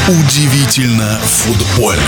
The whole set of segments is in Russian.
Удивительно футбольно.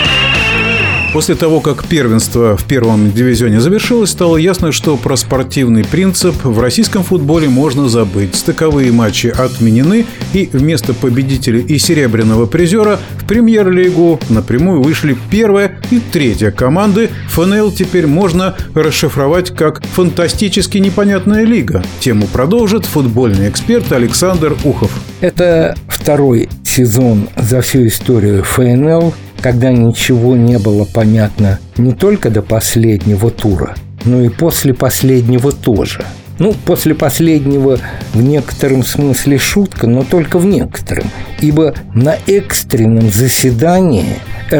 После того, как первенство в первом дивизионе завершилось, стало ясно, что про спортивный принцип в российском футболе можно забыть. Стыковые матчи отменены, и вместо победителя и серебряного призера в премьер-лигу напрямую вышли первая и третья команды. ФНЛ теперь можно расшифровать как «фантастически непонятная лига». Тему продолжит футбольный эксперт Александр Ухов. Это второй сезон за всю историю ФНЛ, когда ничего не было понятно не только до последнего тура, но и после последнего тоже. После последнего в некотором смысле шутка, но только в некотором. Ибо на экстренном заседании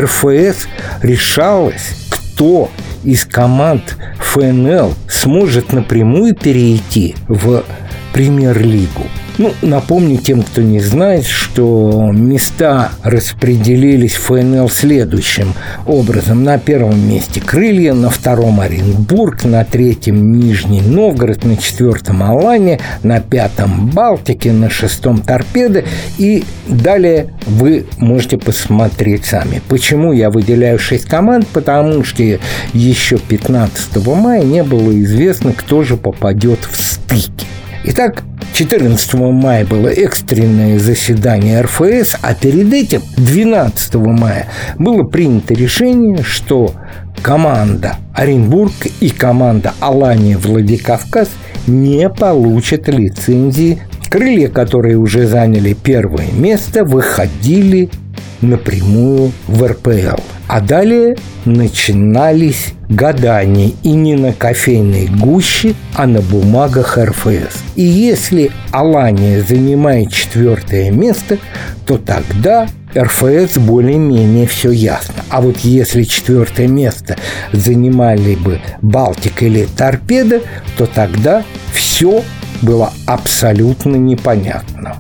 РФС решалось, кто из команд ФНЛ сможет напрямую перейти в премьер-лигу. Напомню тем, кто не знает, что места распределились в ФНЛ следующим образом. На первом месте Крылья, на втором Оренбург, на третьем Нижний Новгород, на четвертом Алания, на пятом Балтики, на шестом Торпедо. И далее вы можете посмотреть сами. Почему я выделяю 6 команд? Потому что еще 15 мая не было известно, кто же попадет в стыки. Итак, 14 мая было экстренное заседание РФС, а перед этим, 12 мая, было принято решение, что команда Оренбург и команда Алания Владикавказ не получат лицензии. Крылья, которые уже заняли первое место, выходили напрямую в РПЛ. А далее начинались гадания и не на кофейной гуще, а на бумагах РФС. И если Алания занимает 4 место, то тогда РФС более-менее все ясно. А вот если 4 место занимали бы Балтика или Торпедо, то тогда все было абсолютно непонятно.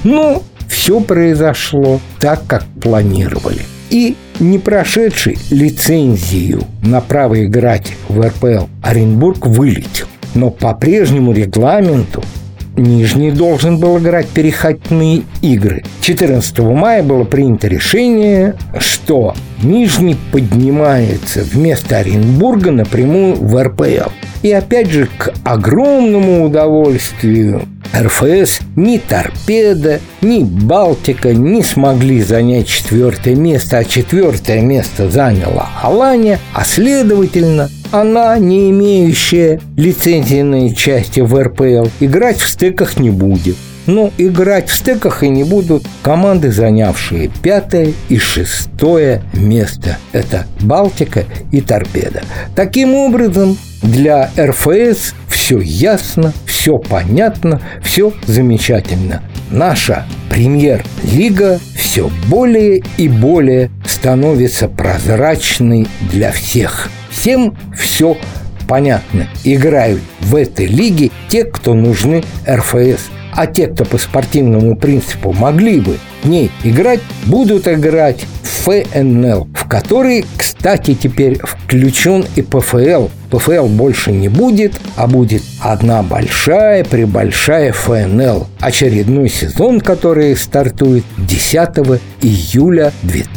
Все произошло так, как планировали. И не прошедший лицензию на право играть в РПЛ Оренбург вылетел. Но по прежнему регламенту Нижний должен был играть переходные игры. 14 мая было принято решение, что Нижний поднимается вместо Оренбурга напрямую в РПЛ. И опять же, к огромному удовольствию РФС ни Торпедо, ни Балтика не смогли занять 4 место, а 4 место заняла Алания, а следовательно, она, не имеющая лицензионной части в РПЛ, играть в стыках не будет. Играть в стыках и не будут команды, занявшие 5 и 6 место. Это Балтика и Торпедо. Таким образом, для РФС все ясно, все понятно, все замечательно. Наша премьер-лига все более и более становится прозрачной для всех. Всем все понятно. Играют в этой лиге те, кто нужны РФС. А те, кто по спортивному принципу могли бы в ней играть, будут играть в ФНЛ, в который, кстати, теперь включен и ПФЛ. ПФЛ больше не будет, а будет одна большая-пребольшая ФНЛ. Очередной сезон, который стартует 10 июля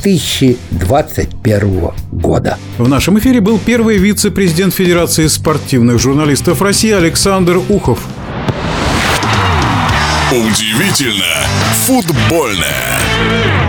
2021 года. В нашем эфире был первый вице-президент Федерации спортивных журналистов России Александр Ухов. Удивительно футбольное.